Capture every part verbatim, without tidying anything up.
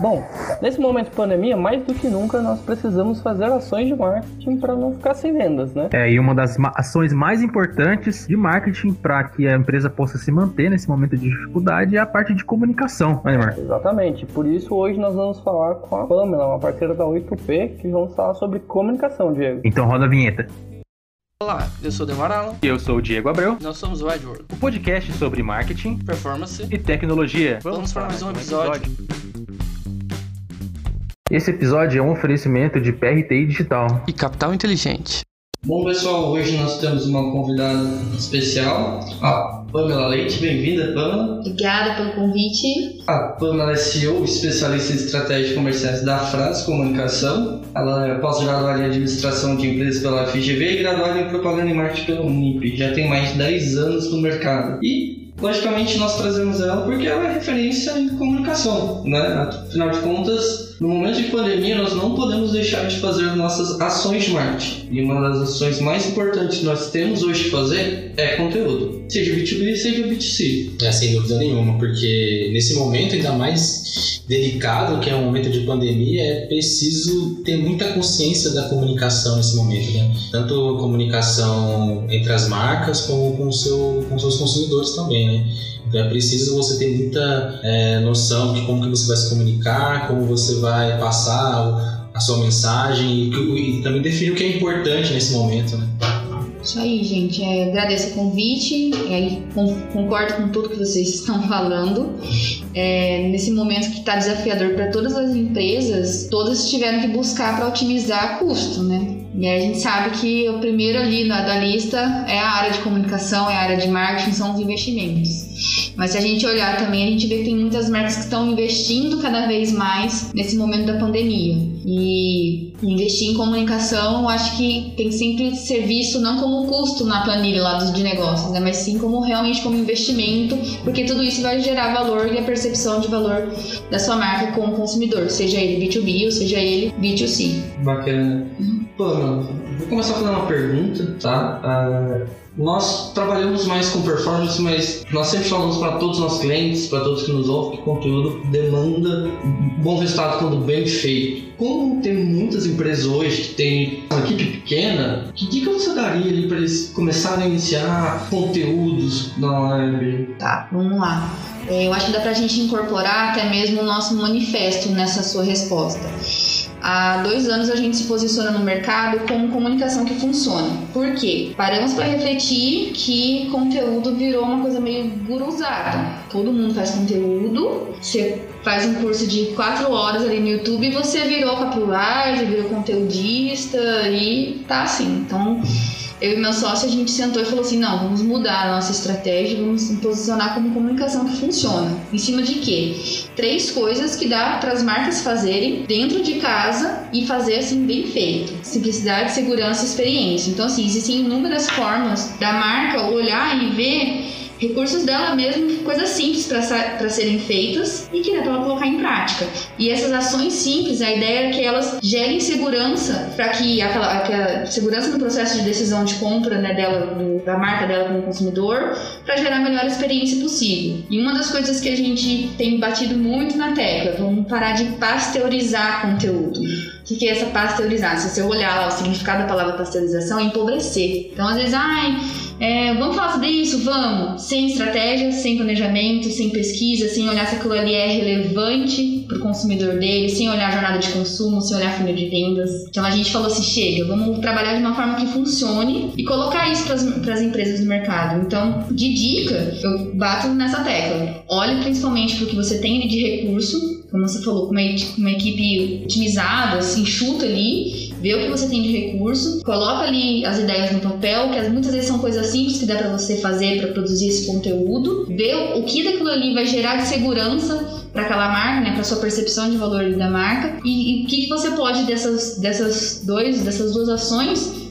Bom, nesse momento de pandemia, mais do que nunca, nós precisamos fazer ações de marketing para não ficar sem vendas, né? É, e uma das ma- ações mais importantes de marketing para que a empresa possa se manter nesse momento de dificuldade é a parte de comunicação, né, Neymar? Exatamente. Por isso, hoje nós vamos falar com a Pamela, uma parceira da oito P, que vamos falar sobre comunicação, Diego. Então roda a vinheta. Olá, eu sou o Demar Alan. E eu sou o Diego Abreu. Nós somos o Wide World, O podcast sobre marketing Performance e tecnologia. Vamos para mais um episódio. Esse episódio é um oferecimento de P R T I Digital. e Capital Inteligente. Bom, pessoal, hoje nós temos uma convidada especial, a Pamela Leite. Bem-vinda, Pamela. Obrigada pelo convite. A Pamela é C E O, especialista em estratégia comercial da Frase Comunicação. Ela é pós-graduada em administração de empresas pela F G V e graduada em propaganda e marketing pela Unip. Já tem mais de dez anos no mercado. E, logicamente, nós trazemos ela porque ela é referência em comunicação, né? Afinal de contas, no momento de pandemia, nós não podemos deixar de fazer nossas ações de marketing. E uma das ações mais importantes que nós temos hoje de fazer é conteúdo. Seja B dois B, seja B dois C. É, sem dúvida nenhuma, porque nesse momento ainda mais delicado, que é um momento de pandemia, é preciso ter muita consciência da comunicação nesse momento, né? Tanto comunicação entre as marcas, como com, o seu, com os seus consumidores também, né? Então é preciso você ter muita é, noção de como que você vai se comunicar, como você vai passar a sua mensagem e, e também definir o que é importante nesse momento, né? Isso aí, gente. É, agradeço o convite. É, com, concordo com tudo que vocês estão falando. É, nesse momento que está desafiador para todas as empresas, todas tiveram que buscar para otimizar custo, né? E a gente sabe que o primeiro ali na, da lista é a área de comunicação, é a área de marketing, são os investimentos. Mas se a gente olhar também, a gente vê que tem muitas marcas que estão investindo cada vez mais nesse momento da pandemia. E investir em comunicação, eu acho que tem que sempre ser visto não como custo na planilha lá dos de negócios, né? Mas sim como realmente como investimento, porque tudo isso vai gerar valor e a percepção de valor da sua marca com o consumidor, seja ele B dois B ou seja ele B dois C. Bacana. Pô, mano, vou começar fazendo uma pergunta, tá? Uh... Nós trabalhamos mais com performance, mas nós sempre falamos para todos os nossos clientes, para todos que nos ouvem, que conteúdo demanda bom resultado quando bem feito. Como tem muitas empresas hoje que tem uma equipe pequena, que dica você daria ali para eles começarem a iniciar conteúdos na web? Tá, vamos lá. Eu acho que dá pra gente incorporar até mesmo o nosso manifesto nessa sua resposta. Há dois anos a gente se posiciona no mercado como comunicação que funciona. Por quê? Paramos para refletir que conteúdo virou uma coisa meio guruzada. Todo mundo faz conteúdo, você faz um curso de quatro horas ali no YouTube e você virou copywriter, virou conteudista e tá assim. Então, eu e meu sócio, a gente sentou e falou assim, não, vamos mudar a nossa estratégia, vamos nos posicionar como comunicação que funciona. Em cima de quê? Três coisas que dá para as marcas fazerem dentro de casa e fazer assim bem feito. Simplicidade, segurança e experiência. Então assim, existem inúmeras formas da marca olhar e ver recursos dela mesmo, coisas simples para serem feitas e que dá para ela colocar em prática. E essas ações simples, a ideia é que elas gerem segurança para que aquela, aquela segurança no processo de decisão de compra, né, dela, do, da marca dela como consumidor, para gerar a melhor experiência possível. E uma das coisas que a gente tem batido muito na tecla, vamos parar de pasteurizar conteúdo. O que, que é essa pasteurizar? Se você olhar lá o significado da palavra pasteurização, é empobrecer. Então, às vezes, ai, é, vamos falar sobre isso? Vamos! Sem estratégia, sem planejamento, sem pesquisa, sem olhar se aquilo ali é relevante para o consumidor dele, sem olhar a jornada de consumo, sem olhar funil de vendas. Então, a gente falou assim, chega, vamos trabalhar de uma forma que funcione e colocar isso para as empresas do mercado. Então, de dica, eu bato nessa tecla. Olhe principalmente para o que você tem ali de recurso, como você falou, com uma, uma equipe otimizada, assim, enxuta ali, vê o que você tem de recurso, coloca ali as ideias no papel, que muitas vezes são coisas simples que dá para você fazer para produzir esse conteúdo, vê o que daquilo ali vai gerar de segurança para aquela marca, né, para sua percepção de valor da marca, e o que, que você pode dessas, dessas, dois, dessas duas ações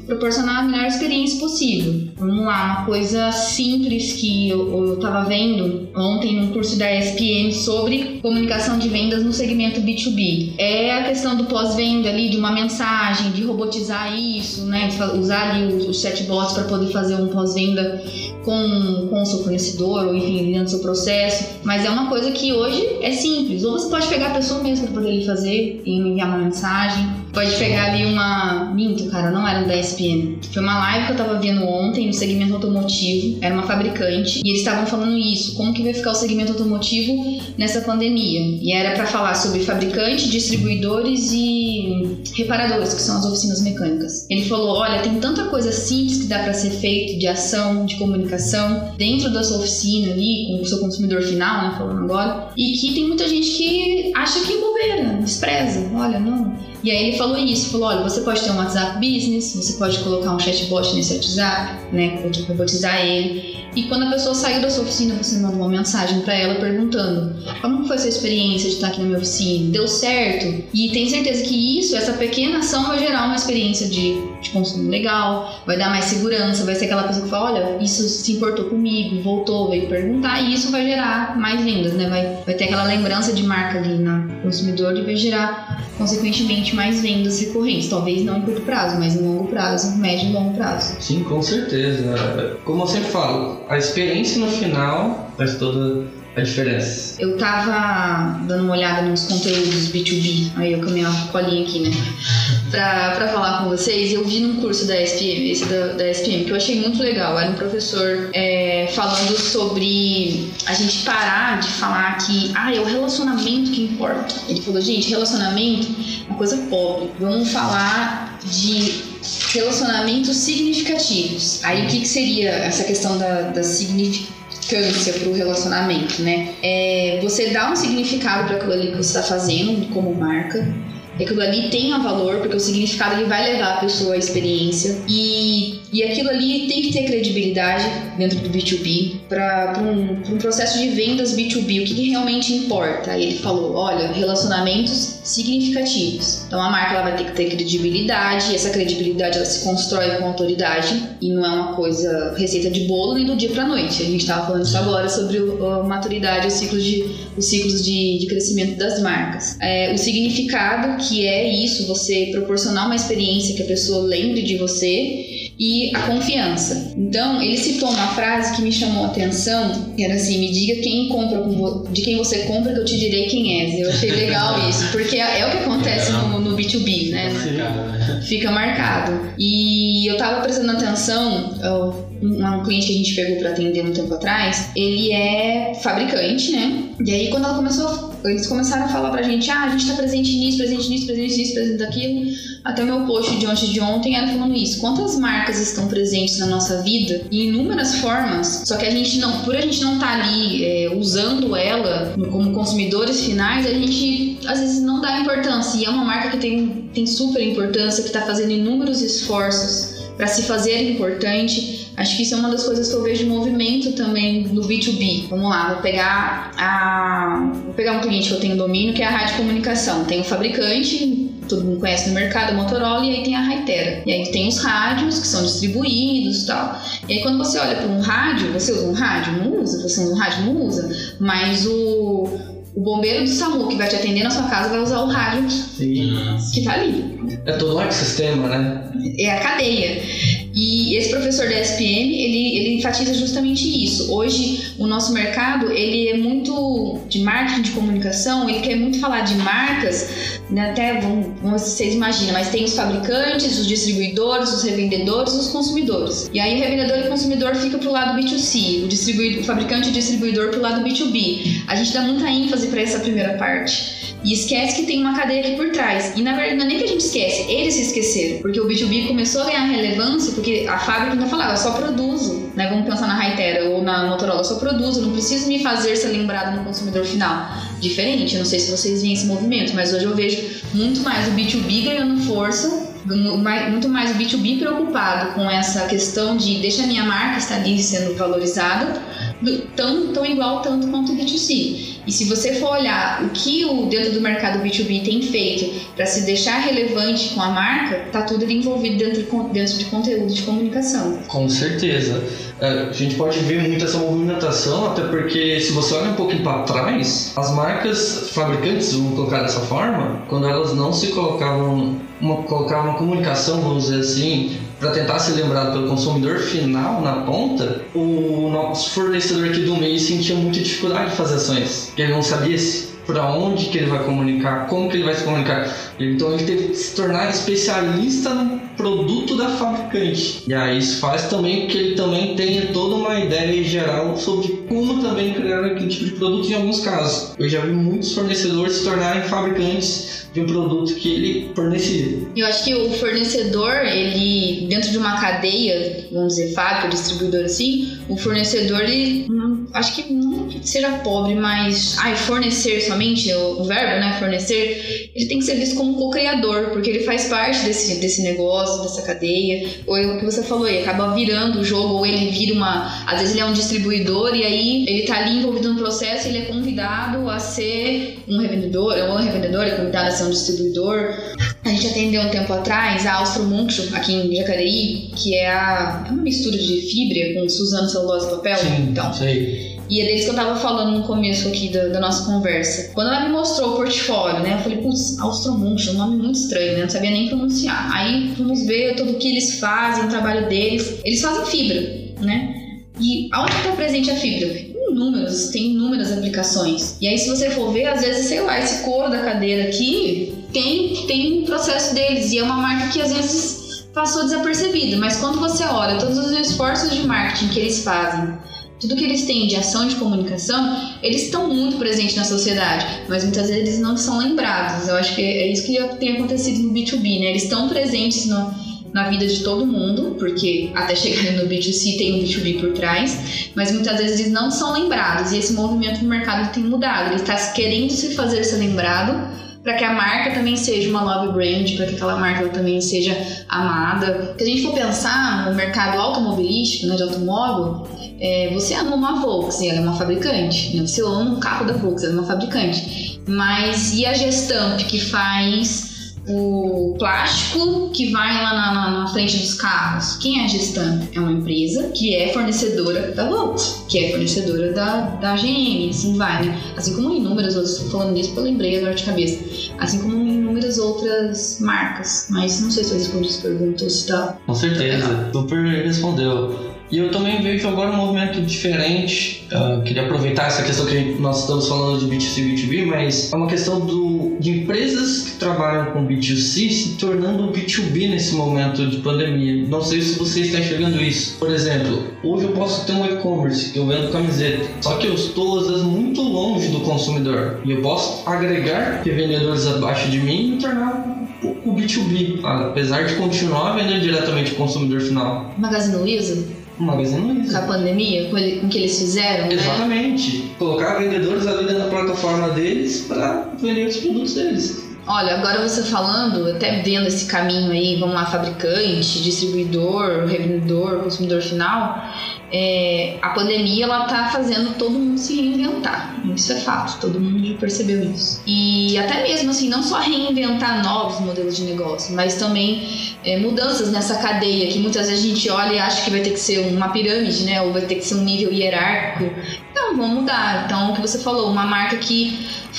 proporcionar a melhor experiência possível. Vamos lá, uma coisa simples que eu, eu tava vendo ontem num curso da E S P M sobre comunicação de vendas no segmento B dois B. É a questão do pós-venda ali, de uma mensagem, de robotizar isso, né? De usar ali os, os chatbots para poder fazer um pós-venda com, com o seu fornecedor, ou enfim, dentro do seu processo. Mas é uma coisa que hoje é simples. Ou você pode pegar a pessoa mesmo para poder fazer e enviar uma mensagem. Pode pegar ali uma... Minto, cara, não era da E S P M. Foi uma live que eu tava vendo ontem no segmento automotivo. Era uma fabricante. E eles estavam falando isso. Como que vai ficar o segmento automotivo nessa pandemia? E era pra falar sobre fabricante, distribuidores e reparadores, que são as oficinas mecânicas. Ele falou, olha, tem tanta coisa simples que dá pra ser feito de ação, de comunicação dentro da sua oficina ali, com o seu consumidor final, né, falando agora. E que tem muita gente que acha que é bobeira, despreza. Olha, não... E aí ele falou isso, falou, olha, você pode ter um WhatsApp Business, você pode colocar um chatbot nesse WhatsApp, né, pode robotizar ele. E quando a pessoa saiu da sua oficina, você manda uma mensagem pra ela perguntando como foi a sua experiência de estar aqui na minha oficina, deu certo? E tem certeza que isso, essa pequena ação vai gerar uma experiência de, de consumo legal, vai dar mais segurança, vai ser aquela pessoa que fala, olha, isso se importou comigo, voltou, veio perguntar, e isso vai gerar mais vendas, né? Vai, vai ter aquela lembrança de marca ali no consumidor e vai gerar, consequentemente, mais vendas recorrentes. Talvez não em curto prazo, mas em longo prazo, médio e longo prazo. Sim, com certeza. Como eu sempre falo, a experiência no final faz toda a diferença. Eu tava dando uma olhada nos conteúdos B dois B, aí eu caminhei uma colinha aqui, né, pra, pra falar com vocês. Eu vi num curso da E S P M, esse da, da E S P M, que eu achei muito legal. Era um professor é, falando sobre a gente parar de falar que, ah, é o relacionamento que importa. Ele falou, gente, relacionamento é uma coisa pobre. Vamos falar de relacionamentos significativos. Aí o que, que seria essa questão da, da significância para o relacionamento, né? É você dá um significado para aquilo ali que você está fazendo como marca. Aquilo ali tenha valor, porque o significado ele vai levar a pessoa à experiência. E, e aquilo ali tem que ter credibilidade dentro do B dois B para um, um processo de vendas B dois B. O que, que realmente importa? Aí ele falou, olha, relacionamentos significativos. Então a marca ela vai ter que ter credibilidade, e essa credibilidade ela se constrói com autoridade, e não é uma coisa receita de bolo nem do dia para noite. A gente estava falando isso agora sobre a maturidade, os ciclos de, os ciclos de, de crescimento das marcas. É, o significado, que é isso, você proporcionar uma experiência que a pessoa lembre de você, e a confiança. Então, ele citou uma frase que me chamou a atenção, que era assim, me diga quem compra com vo- de quem você compra que eu te direi quem és. Eu achei legal isso, porque é, é o que acontece no, no B dois B, né? Fica marcado. E eu tava prestando atenção, um, um cliente que a gente pegou pra atender um tempo atrás, ele é fabricante, né? E aí, quando ela começou, eles começaram a falar pra gente, ah, a gente tá presente nisso, presente nisso, presente nisso, presente naquilo. Até o meu post de ontem de ontem era falando isso. Quantas marcas estão presentes na nossa vida em inúmeras formas, só que a gente não, por a gente não estar tá ali é, usando ela como consumidores finais, a gente às vezes não dá importância. E é uma marca que tem, tem super importância, que está fazendo inúmeros esforços para se fazer importante. Acho que isso é uma das coisas que eu vejo de movimento também no B dois B. Vamos lá, vou pegar a, vou pegar um cliente que eu tenho domínio, que é a Rádio Comunicação. Tem o fabricante, todo mundo conhece no mercado, a Motorola, e aí tem a Hytera. E aí tem os rádios que são distribuídos e tal. E aí quando você olha para um rádio, você usa um rádio? Não usa. Você usa um rádio? Não usa. Mas o, o bombeiro do SAMU que vai te atender na sua casa vai usar o rádio Sim. que tá ali. É todo o ecossistema, né? É a cadeia. E esse professor da E S P M, ele, ele enfatiza justamente isso. Hoje, o nosso mercado, ele é muito de marketing, de comunicação, ele quer muito falar de marcas, né? Até, vamos, vamos, vocês imaginam, mas tem os fabricantes, os distribuidores, os revendedores, os consumidores. E aí o revendedor e o consumidor fica pro lado B dois C, o, distribuidor, o fabricante e o distribuidor pro lado B dois B. A gente dá muita ênfase para essa primeira parte. E esquece que tem uma cadeia aqui por trás. E na verdade não é nem que a gente esquece, eles se esqueceram. Porque o B dois B começou a ganhar relevância porque a fábrica não falava, eu só produzo, né? Vamos pensar na Hytera ou na Motorola, eu só produzo, não preciso me fazer ser lembrado no consumidor final. Diferente, eu não sei se vocês veem esse movimento, mas hoje eu vejo muito mais o B dois B ganhando força, muito mais o B dois B preocupado com essa questão de deixa a minha marca estar ali sendo valorizada, tão, tão igual tanto quanto o B dois C. E se você for olhar o que o dentro do mercado B dois B tem feito para se deixar relevante com a marca, tá tudo ali envolvido dentro de, dentro de conteúdo de comunicação. Com certeza. A gente pode ver muito essa movimentação, até porque se você olha um pouquinho para trás, as marcas fabricantes, vamos colocar dessa forma, quando elas não se colocavam uma, colocavam uma comunicação, vamos dizer assim, para tentar ser lembrado pelo consumidor final na ponta, o nosso fornecedor aqui do meio sentia muita dificuldade de fazer ações, porque ele não sabia se para onde que ele vai comunicar, como que ele vai se comunicar. Então ele teve que se tornar especialista no produto da fabricante. E aí isso faz também que ele também tenha toda uma ideia geral sobre como também criar aquele tipo de produto em alguns casos. Eu já vi muitos fornecedores se tornarem fabricantes de um produto que ele fornecia. Eu acho que o fornecedor, ele, dentro de uma cadeia, vamos dizer, fábrica, distribuidor assim, o fornecedor, ele, não, acho que não que seja pobre, mas, ai, fornecer somente, o, o verbo, né, fornecer, ele tem que ser visto como co-criador, porque ele faz parte desse, desse negócio, dessa cadeia, ou é o que você falou, ele acaba virando o jogo, ou ele vira uma, às vezes ele é um distribuidor, e aí ele tá ali envolvido no processo, ele é convidado a ser um revendedor, ou um revendedor, é convidado a ser um distribuidor. A gente atendeu um tempo atrás a Austro Munction, aqui em Jacareí, que é, a, é uma mistura de fibra com Suzano celulose e papel. Sim, então. sei. E é deles que eu tava falando no começo aqui da, da nossa conversa. Quando ela me mostrou o portfólio, né, eu falei, putz, Austro Munction, um nome muito estranho, né, não sabia nem pronunciar. Aí vamos ver tudo o que eles fazem, o trabalho deles. Eles fazem fibra, né? E aonde está presente a fibra? Inúmeros, tem inúmeras aplicações. E aí se você for ver, às vezes, sei lá, esse couro da cadeira aqui tem, tem um processo deles. E é uma marca que às vezes passou desapercebida. Mas quando você olha todos os esforços de marketing que eles fazem, tudo que eles têm de ação de comunicação, eles estão muito presentes na sociedade, mas muitas vezes eles não são lembrados. Eu acho que é isso que tem acontecido no B dois B, né? Eles estão presentes no, na vida de todo mundo, porque até chegar no B dois C tem um B dois B por trás, mas muitas vezes eles não são lembrados, e esse movimento no mercado tem mudado. Ele está querendo se fazer ser lembrado, para que a marca também seja uma love brand, para que aquela marca também seja amada. Se a gente for pensar no mercado automobilístico, né, de automóvel, é, você ama uma Volkswagen, ela é uma fabricante, né? Você ama um carro da Volkswagen, ela é uma fabricante. Mas e a Gestamp, que faz o plástico que vai lá na, na, na frente dos carros? Quem é a Gestamp? É uma empresa que é fornecedora da Volkswagen, que é fornecedora da, da G M, assim vai, né? Assim como inúmeras outras, falando disso, eu lembrei agora de cabeça. Assim como inúmeras outras marcas. Mas não sei se eu respondi essa pergunta ou se tá... Com certeza, super respondeu. E eu também vejo agora um movimento diferente. Uh, queria aproveitar essa questão que nós estamos falando de B dois C e B dois B, mas é uma questão do, de empresas que trabalham com B dois C se tornando B dois B nesse momento de pandemia. Não sei se você está enxergando isso. Por exemplo, hoje eu posso ter um e-commerce que eu vendo camiseta, só que eu estou às vezes muito longe do consumidor. E eu posso agregar revendedores abaixo de mim e me tornar o B dois B, apesar de continuar vendendo diretamente ao consumidor final. Magazine Luiza? Magazine Luiza. Com a pandemia, com o que eles fizeram, exatamente, né? Colocar vendedores ali dentro da plataforma deles para vender os produtos deles. Olha, agora você falando, até vendo esse caminho aí, vamos lá, fabricante, distribuidor, revendedor, consumidor final, é, a pandemia, ela tá fazendo todo mundo se reinventar. Isso é fato, todo mundo já percebeu isso. E até mesmo assim, não só reinventar novos modelos de negócio, mas também é, mudanças nessa cadeia, que muitas vezes a gente olha e acha que vai ter que ser uma pirâmide, né? Ou vai ter que ser um nível hierárquico. Não, vamos mudar. Então, o que você falou, uma marca que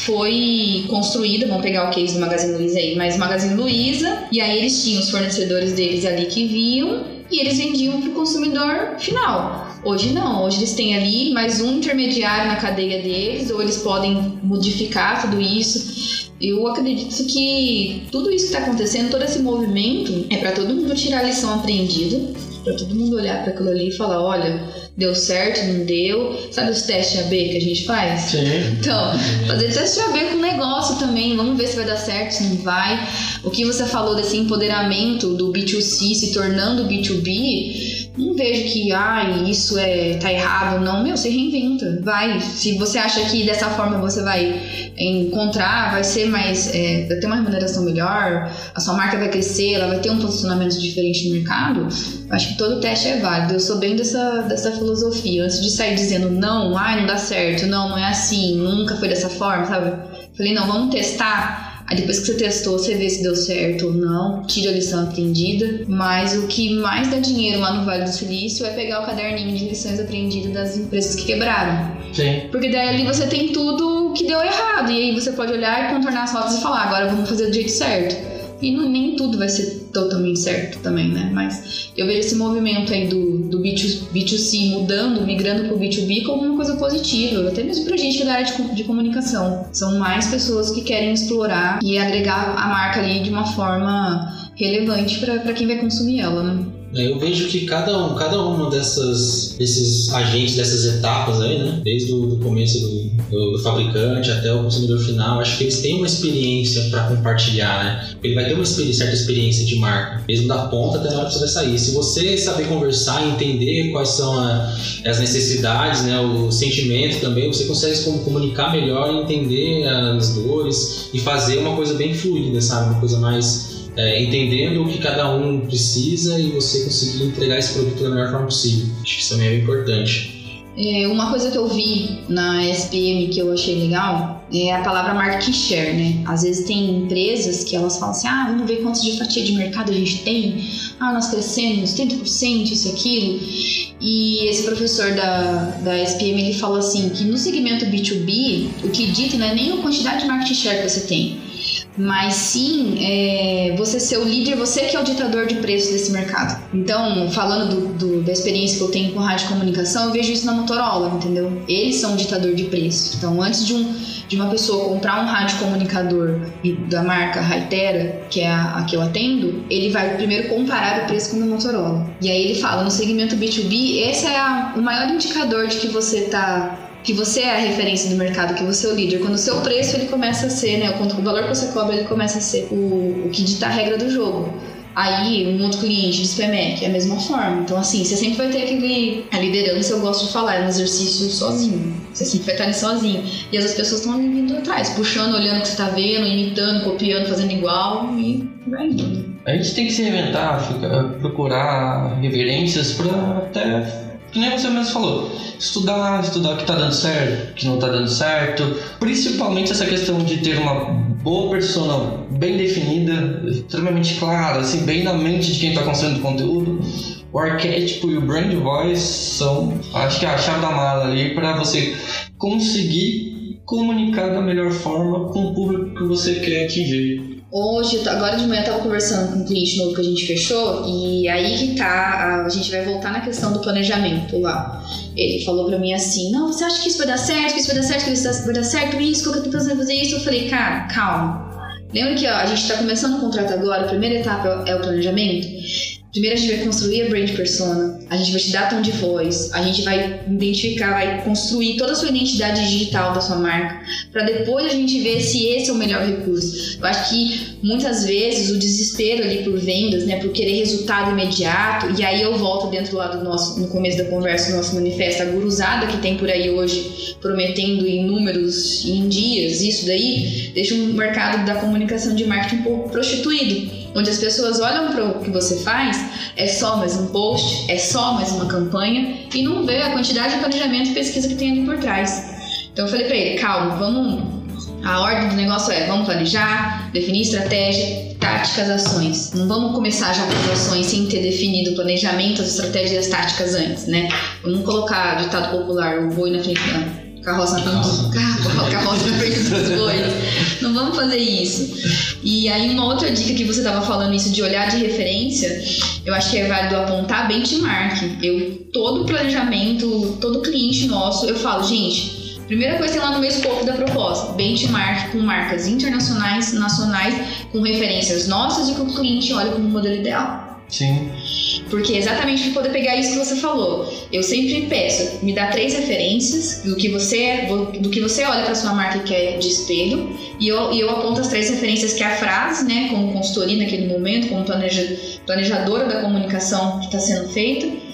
foi construída, vamos pegar o case do Magazine Luiza aí, mas Magazine Luiza, e aí eles tinham os fornecedores deles ali que viam e eles vendiam para o consumidor final. Hoje não, hoje eles têm ali mais um intermediário na cadeia deles, ou eles podem modificar tudo isso. Eu acredito que tudo isso que está acontecendo, todo esse movimento, é para todo mundo tirar a lição aprendida, para todo mundo olhar para aquilo ali e falar, olha, deu certo, não deu. Sabe os testes A B que a gente faz? Sim. Então, fazer teste A B com o negócio também, vamos ver se vai dar certo, se não vai. O que você falou desse empoderamento do B dois C se tornando B dois B, não vejo que, ah, isso é, tá errado, não. Meu, você reinventa, vai. Se você acha que dessa forma você vai encontrar, vai ser mais, é, vai ter uma remuneração melhor, a sua marca vai crescer, ela vai ter um posicionamento diferente no mercado, acho que todo teste é válido. Eu sou bem dessa, dessa filosofia. Antes de sair dizendo não, ai, não dá certo, não, não é assim, nunca foi dessa forma, sabe? Falei, não, vamos testar. Aí depois que você testou, você vê se deu certo ou não, tira a lição aprendida. Mas o que mais dá dinheiro lá no Vale do Silício é pegar o caderninho de lições aprendidas das empresas que quebraram. Sim. Porque daí ali você tem tudo que deu errado. E aí você pode olhar e contornar as rotas e falar, agora vamos fazer do jeito certo. E não, nem tudo vai ser totalmente certo também, né? Mas eu vejo esse movimento aí do, do B dois C mudando, migrando pro B dois B como uma coisa positiva. Até mesmo pra gente da área de, de comunicação. São mais pessoas que querem explorar e agregar a marca ali de uma forma relevante pra, pra quem vai consumir ela, né? Eu vejo que cada, um, cada uma dessas, desses agentes, dessas etapas aí, né? Desde o do começo do, do, do fabricante até o consumidor final, acho que eles têm uma experiência para compartilhar, né? Ele vai ter uma experiência, certa experiência de marca, mesmo da ponta até na hora que você vai sair. Se você saber conversar e entender quais são a, as necessidades, né? O sentimento também, você consegue comunicar melhor, entender as dores e fazer uma coisa bem fluida, sabe? Uma coisa mais... É, entendendo o que cada um precisa e você conseguir entregar esse produto da melhor forma possível. Acho que isso também é importante. É, uma coisa que eu vi na S P M que eu achei legal é a palavra market share, né? Às vezes tem empresas que elas falam assim, ah, vamos ver quantos de fatia de mercado a gente tem, ah, nós crescemos trinta por cento, isso e aquilo. E esse professor da, da S P M, ele fala assim, que no segmento B dois B, o que dita não é nem a quantidade de market share que você tem, mas sim é, você ser o líder, você que é o ditador de preço desse mercado. Então, falando do, do, da experiência que eu tenho com rádio comunicação, eu vejo isso na Motorola, entendeu? Eles são o ditador de preço. Então, antes de, um, de uma pessoa comprar um rádio comunicador da marca Hytera, que é a, a que eu atendo, ele vai primeiro comparar o preço com o da Motorola. E aí ele fala, no segmento B dois B, esse é a, o maior indicador de que você tá... que você é a referência do mercado, que você é o líder. Quando o seu preço ele começa a ser, né, o valor que você cobra ele começa a ser o, o que dita a regra do jogo. Aí, um outro cliente do S P M E C é a mesma forma. Então, assim, você sempre vai ter aquele... A liderança, eu gosto de falar, é um exercício sozinho. Você sempre vai estar ali sozinho. E as pessoas estão ali vindo atrás, puxando, olhando o que você está vendo, imitando, copiando, fazendo igual e vai indo. A gente tem que se reinventar, ficar, procurar referências para até... Que nem você mesmo falou, estudar, estudar o que está dando certo, o que não está dando certo. Principalmente essa questão de ter uma boa persona bem definida, extremamente clara, assim, bem na mente de quem está consumindo conteúdo. O arquétipo e o brand voice são, acho que é a chave da mala ali para você conseguir comunicar da melhor forma com o público que você quer atingir. Hoje, agora de manhã eu tava conversando com um cliente novo que a gente fechou e aí que tá, a gente vai voltar na questão do planejamento lá. Ele falou pra mim assim, não, você acha que isso vai dar certo, que isso vai dar certo, que isso vai dar certo, que isso, que eu tô pensando em fazer isso? Eu falei, cara, calma. Lembra que ó, a gente tá começando o contrato agora, a primeira etapa é o planejamento? Primeiro a gente vai construir a brand persona, a gente vai te dar tom de voz, a gente vai identificar, vai construir toda a sua identidade digital da sua marca, para depois a gente ver se esse é o melhor recurso. Eu acho que muitas vezes o desespero ali por vendas, né, por querer resultado imediato, e aí eu volto dentro lá do nosso, no começo da conversa, do nosso manifesto, a guruzada que tem por aí hoje, prometendo em números e em dias, isso daí deixa um mercado da comunicação de marketing um pouco prostituído. Onde as pessoas olham para o que você faz, é só mais um post, é só mais uma campanha e não vê a quantidade de planejamento e pesquisa que tem ali por trás. Então eu falei para ele, calma, vamos, a ordem do negócio é, vamos planejar, definir estratégia, táticas, ações. Não vamos começar já com as ações sem ter definido o planejamento, as estratégias e as táticas antes, né? Vamos colocar ditado popular, o boi na frente da... Carroça na frente dos carro, carroça na frente dos bois. Não vamos fazer isso. E aí uma outra dica que você estava falando, isso de olhar de referência, eu acho que é válido apontar benchmark. Eu, todo planejamento, todo cliente nosso, eu falo, gente, primeira coisa tem lá no meu escopo da proposta, benchmark com marcas internacionais, nacionais, com referências nossas e que o cliente olha como modelo ideal. Sim. Porque exatamente para poder pegar isso que você falou, eu sempre peço, me dá três referências do que você, do que você olha para sua marca que é de espelho, e eu, e eu aponto as três referências que é a frase, né, como consultoria naquele momento, como planeja, planejadora da comunicação que está sendo feita,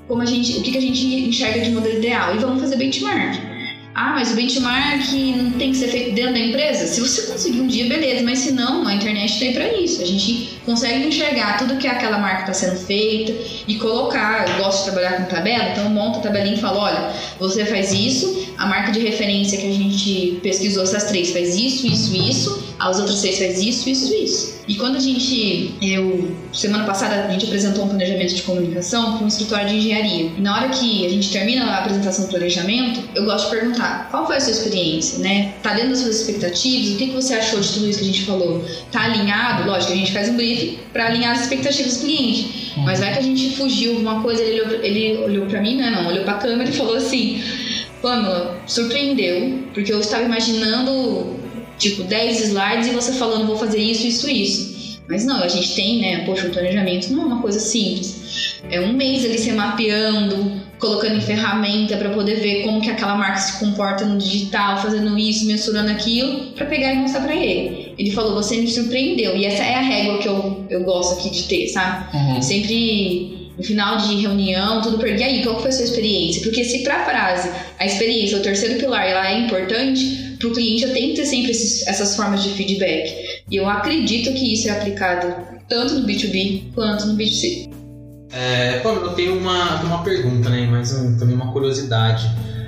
como a gente, o que, que a gente enxerga de modelo ideal e vamos fazer benchmark. Ah, mas o benchmark não tem que ser feito dentro da empresa? Se você conseguir um dia, beleza, mas se não, a internet tem pra isso. A gente consegue enxergar tudo que aquela marca está sendo feita e colocar. Eu gosto de trabalhar com tabela, então monta a tabelinha e fala, olha, você faz isso, a marca de referência que a gente pesquisou, essas três, faz isso, isso, isso, as outras seis faz isso, isso, isso. E quando a gente, eu, semana passada, a gente apresentou um planejamento de comunicação para um escritório de engenharia. E na hora que a gente termina a apresentação do planejamento, eu gosto de perguntar, qual foi a sua experiência, né? Tá dentro das suas expectativas? O que, que você achou de tudo isso que a gente falou? Tá alinhado? Lógico, a gente faz um briefing para alinhar as expectativas do cliente. Uhum. Mas vai que a gente fugiu alguma coisa, ele olhou, ele olhou para mim, né? Não, olhou para a câmera e falou assim, Pamela, surpreendeu, porque eu estava imaginando... tipo, dez slides e você falando, vou fazer isso, isso, isso. Mas não, a gente tem, né, poxa, o planejamento não é uma coisa simples. É um mês ali se mapeando, colocando em ferramenta para poder ver como que aquela marca se comporta no digital, fazendo isso, mensurando aquilo, para pegar e mostrar para ele. Ele falou, você me surpreendeu. E essa é a régua que eu, eu gosto aqui de ter, sabe? Uhum. Sempre... no final de reunião, tudo pergunta, e aí, qual foi a sua experiência? Porque se pra frase, a experiência, o terceiro pilar, ela é importante, pro cliente já tem que ter sempre esses, essas formas de feedback. E eu acredito que isso é aplicado tanto no B dois B quanto no B dois C. É, Pô, eu tenho uma, uma pergunta, né, mas um, também uma curiosidade.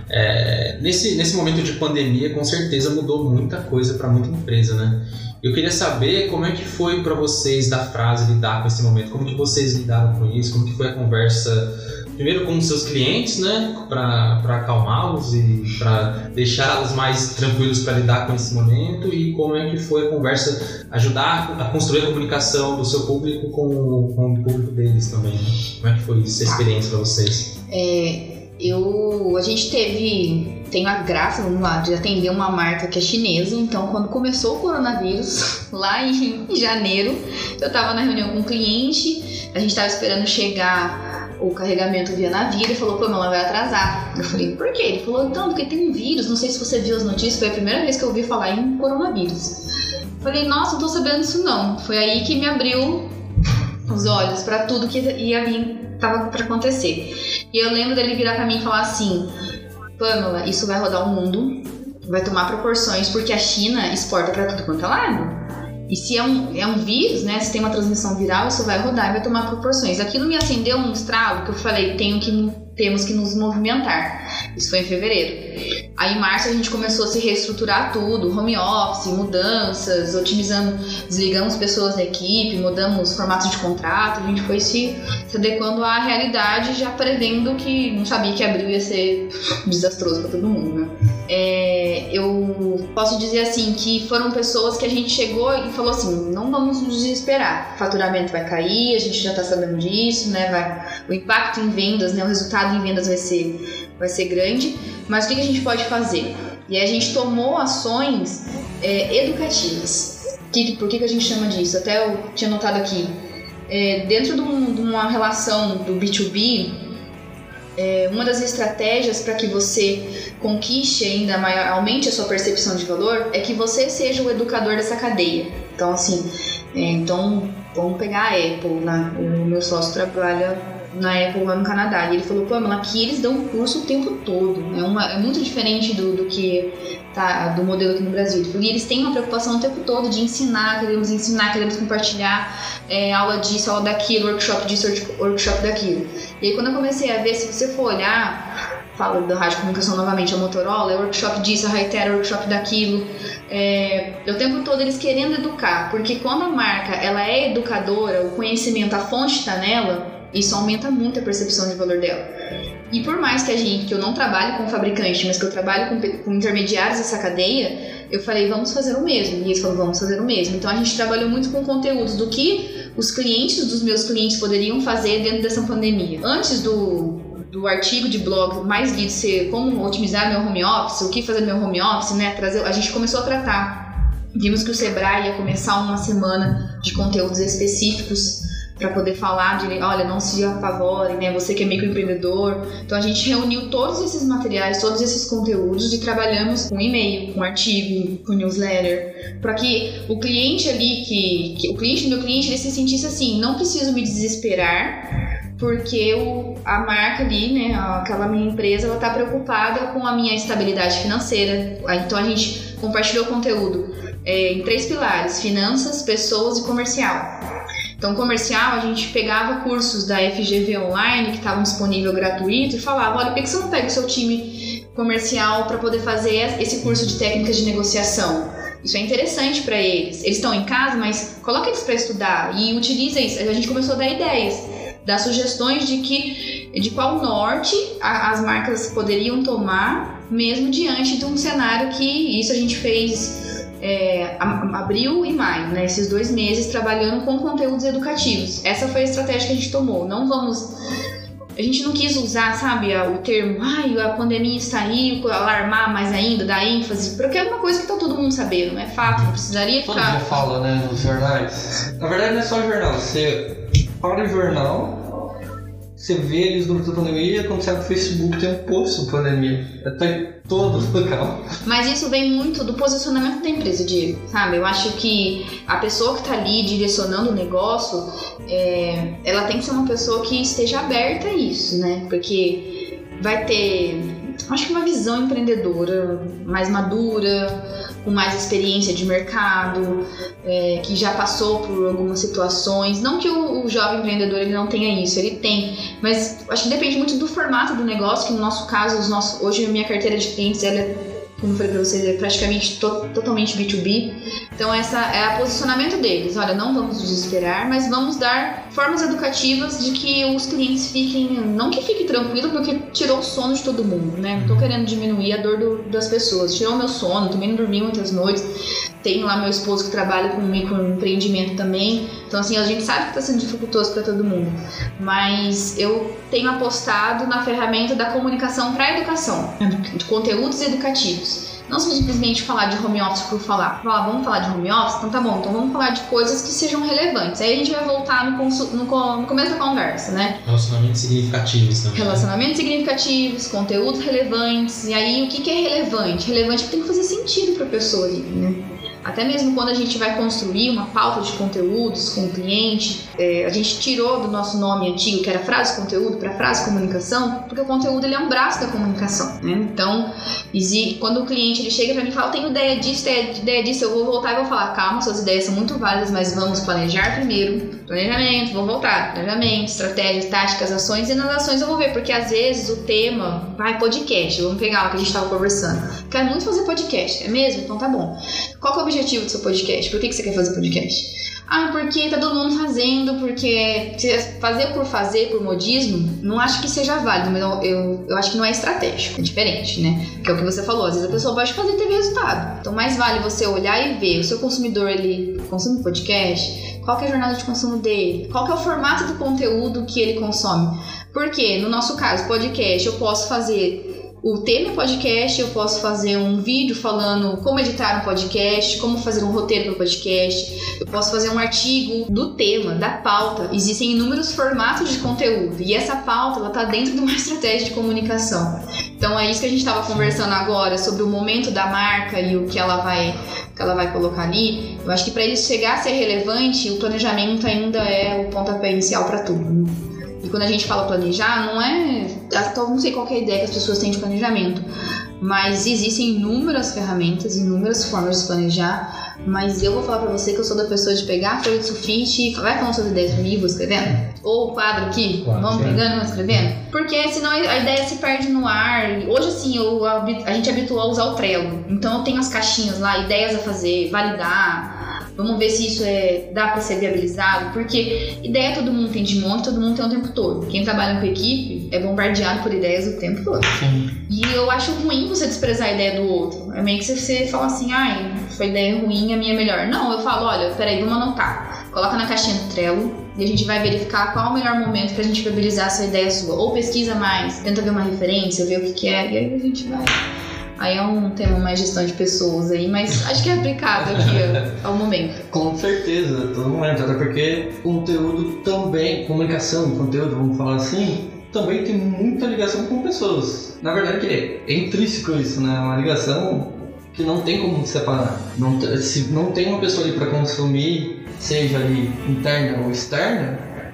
É, nesse, nesse momento de pandemia, com certeza mudou muita coisa para muita empresa, né? Eu queria saber como é que foi para vocês da frase lidar com esse momento, como que vocês lidaram com isso, como que foi a conversa, primeiro com os seus clientes, né, para acalmá-los e para deixá-los mais tranquilos para lidar com esse momento, e como é que foi a conversa, ajudar a construir a comunicação do seu público com, com o público deles também, né? Como é que foi essa experiência para vocês? É... Eu, a gente teve, tenho a graça, vamos lá, de atender uma marca que é chinesa. Então, quando começou o coronavírus, lá em, em janeiro, eu estava na reunião com um cliente, a gente estava esperando chegar o carregamento via navio, ele falou, pô, ela vai atrasar. Eu falei, por quê? Ele falou, então, porque tem um vírus, não sei se você viu as notícias, foi a primeira vez que eu ouvi falar em coronavírus. Eu falei, nossa, não tô sabendo disso não. Foi aí que me abriu os olhos para tudo que ia vir, tava para acontecer. E eu lembro dele virar pra mim e falar assim, Pamela, isso vai rodar o mundo, vai tomar proporções, porque a China exporta pra tudo quanto é lado. E se é um, é um vírus, né, se tem uma transmissão viral, isso vai rodar e vai tomar proporções. Aquilo me acendeu um estralo que eu falei, tenho que, temos que nos movimentar. Isso foi em fevereiro. Aí em março a gente começou a se reestruturar tudo, home office, mudanças, otimizando, desligamos pessoas da equipe, mudamos formatos de contrato, a gente foi se, se adequando à realidade, já prevendo que não sabia que abril ia ser desastroso para todo mundo, né? É, eu posso dizer assim que foram pessoas que a gente chegou e falou assim, não vamos nos desesperar, o faturamento vai cair, a gente já está sabendo disso, né? Vai, o impacto em vendas, né? O resultado em vendas vai ser, vai ser grande, mas o que a gente pode fazer? E aí a gente tomou ações é, educativas. Que, por que, que a gente chama disso? Até eu tinha notado aqui. É, dentro de, um, de uma relação do B dois B, é, uma das estratégias para que você conquiste ainda maior, aumente a sua percepção de valor, é que você seja o educador dessa cadeia. Então, assim, é, então, vamos pegar a Apple, né? O meu sócio trabalha na Apple lá no Canadá, e ele falou, Pamela, aqui eles dão curso o tempo todo, é, uma, é muito diferente do, do que tá, do modelo aqui no Brasil. E eles têm uma preocupação o tempo todo de ensinar, queremos ensinar, queremos compartilhar é, aula disso, aula daquilo, workshop disso, workshop daquilo. E aí quando eu comecei a ver, se você for olhar, falo da rádio comunicação novamente, a Motorola, é workshop disso, a Highter, é workshop daquilo, é, o tempo todo eles querendo educar, porque quando a marca ela é educadora, o conhecimento, a fonte está nela, isso aumenta muito a percepção de valor dela. E por mais que a gente, que eu não trabalhe com fabricante, mas que eu trabalho com, com intermediários dessa cadeia, eu falei, vamos fazer o mesmo. E eles falaram, vamos fazer o mesmo. Então a gente trabalhou muito com conteúdos do que os clientes dos meus clientes poderiam fazer dentro dessa pandemia. Antes do, do artigo de blog mais lido ser como otimizar meu home office, o que fazer no meu home office, né? Trazer, a gente começou a tratar. Vimos que o Sebrae ia começar uma semana de conteúdos específicos para poder falar de, olha, não se apavore, né, você que é microempreendedor. Então a gente reuniu todos esses materiais, todos esses conteúdos e trabalhamos com e-mail, com artigo, com newsletter, para que o cliente ali, que, que o cliente do meu cliente, ele se sentisse assim, não preciso me desesperar, porque o, a marca ali, né, aquela minha empresa, ela tá preocupada com a minha estabilidade financeira. Então a gente compartilhou conteúdo é, em três pilares: finanças, pessoas e comercial. Então, comercial, a gente pegava cursos da F G V online que estavam disponível gratuito e falava: olha, por que você não pega o seu time comercial para poder fazer esse curso de técnicas de negociação? Isso é interessante para eles. Eles estão em casa, mas coloca eles para estudar e utiliza isso. A gente começou a dar ideias, dar sugestões de que, de qual norte a, as marcas poderiam tomar, mesmo diante de um cenário que isso a gente fez é, abril e maio, né? Esses dois meses trabalhando com conteúdos educativos. Essa foi a estratégia que a gente tomou. Não vamos... A gente não quis usar, sabe, o termo, ai, a pandemia está aí, alarmar mais ainda, dar ênfase, porque é uma coisa que tá todo mundo sabendo, não é fato, não precisaria Todo ficar... dia fala, né, nos jornais. Na verdade não é só jornal, você para o jornal, você vê ali os grupos da pandemia, quando você abre o Facebook tem um post sobre pandemia, tá em todo local. Mas isso vem muito do posicionamento da empresa, Diego, sabe? Eu acho que a pessoa que tá ali direcionando o negócio, é, ela tem que ser uma pessoa que esteja aberta a isso, né? Porque vai ter, acho que uma visão empreendedora mais madura, com mais experiência de mercado, é, que já passou por algumas situações. Não que o, o jovem empreendedor ele não tenha isso, ele tem, mas acho que depende muito do formato do negócio, que no nosso caso, os nossos, hoje a minha carteira de clientes, ela é, como eu falei pra vocês, é praticamente to, totalmente B dois B. Então essa é o posicionamento deles. Olha, não vamos desesperar, mas vamos dar formas educativas de que os clientes fiquem, não que fique tranquilo, porque tirou o sono de todo mundo, né? Não tô querendo diminuir a dor do, das pessoas. Tirou o meu sono, também não dormi muitas noites. Tenho lá meu esposo que trabalha com microempreendimento também. Então, assim, a gente sabe que está sendo dificultoso para todo mundo. Mas eu tenho apostado na ferramenta da comunicação para a educação, de conteúdos educativos. Não simplesmente falar de home office por falar. Falar, vamos falar de home office? Então tá bom, então vamos falar de coisas que sejam relevantes. Aí a gente vai voltar no, no, no começo da conversa, né? Relacionamentos significativos também. Relacionamentos significativos, conteúdos relevantes. E aí, o que, que é relevante? Relevante que tem que fazer sentido para a pessoa ali, né? Até mesmo quando a gente vai construir uma pauta de conteúdos com o cliente, é, a gente tirou do nosso nome antigo, que era frase conteúdo, para frase comunicação, porque o conteúdo ele é um braço da comunicação, né? Então, quando o cliente ele chega para mim e fala, eu tenho ideia disso, ideia, ideia disso, eu vou voltar e vou falar, calma, suas ideias são muito válidas, mas vamos planejar primeiro. Planejamento, vou voltar, planejamento, estratégias, táticas, ações, e nas ações eu vou ver, porque às vezes o tema, vai, podcast, vamos pegar o que a gente estava conversando. Quero muito fazer podcast, é mesmo? Então tá bom. Qual que é o objetivo do seu podcast? Por que, que você quer fazer podcast? Ah, porque tá todo mundo fazendo, porque fazer por fazer, por modismo, não acho que seja válido, mas eu, eu, eu acho que não é estratégico, é diferente, né? Que é o que você falou, às vezes a pessoa pode fazer e ter resultado. Então mais vale você olhar e ver, o seu consumidor, ele consome podcast, qual que é a jornada de consumo dele, qual que é o formato do conteúdo que ele consome. Porque, no nosso caso, podcast, eu posso fazer... O tema podcast, eu posso fazer um vídeo falando como editar um podcast, como fazer um roteiro para o podcast, eu posso fazer um artigo do tema, da pauta. Existem inúmeros formatos de conteúdo e essa pauta ela está dentro de uma estratégia de comunicação. Então é isso que a gente estava conversando agora sobre o momento da marca e o que ela vai, que ela vai colocar ali. Eu acho que para eles chegar a ser relevante, o planejamento ainda é o pontapé inicial para tudo, né? E quando a gente fala planejar, não é... Eu não sei qual que é a ideia que as pessoas têm de planejamento, mas existem inúmeras ferramentas, inúmeras formas de planejar, mas eu vou falar pra você que eu sou da pessoa de pegar a folha de sulfite e vai falando suas ideias pra mim, vou escrevendo. Ou o quadro aqui, quadro, vamos sim. pegando e vamos escrevendo. Porque senão a ideia se perde no ar. Hoje, assim, eu, a gente habituou a usar o Trello. Então eu tenho as caixinhas lá, ideias a fazer, validar. Vamos ver se isso é, dá para ser viabilizado, porque ideia todo mundo tem de monte, todo mundo tem o tempo todo. Quem trabalha com equipe é bombardeado por ideias o tempo todo. Sim. E eu acho ruim você desprezar a ideia do outro. É meio que você fala assim, ai, sua ideia é ruim, a minha é melhor. Não, eu falo, olha, peraí, vamos anotar. Coloca na caixinha do Trello e a gente vai verificar qual é o melhor momento pra gente viabilizar essa ideia sua. Ou pesquisa mais, tenta ver uma referência, ver o que que é, e aí a gente vai... Aí é um tema mais gestão de pessoas aí, mas acho que é aplicado aqui ao momento. Com certeza, todo momento, até porque conteúdo também, comunicação, conteúdo, vamos falar assim, também tem muita ligação com pessoas. Na verdade é, é intrínseco isso, né? Uma ligação que não tem como separar. Não, se não tem uma pessoa ali para consumir, seja ali interna ou externa,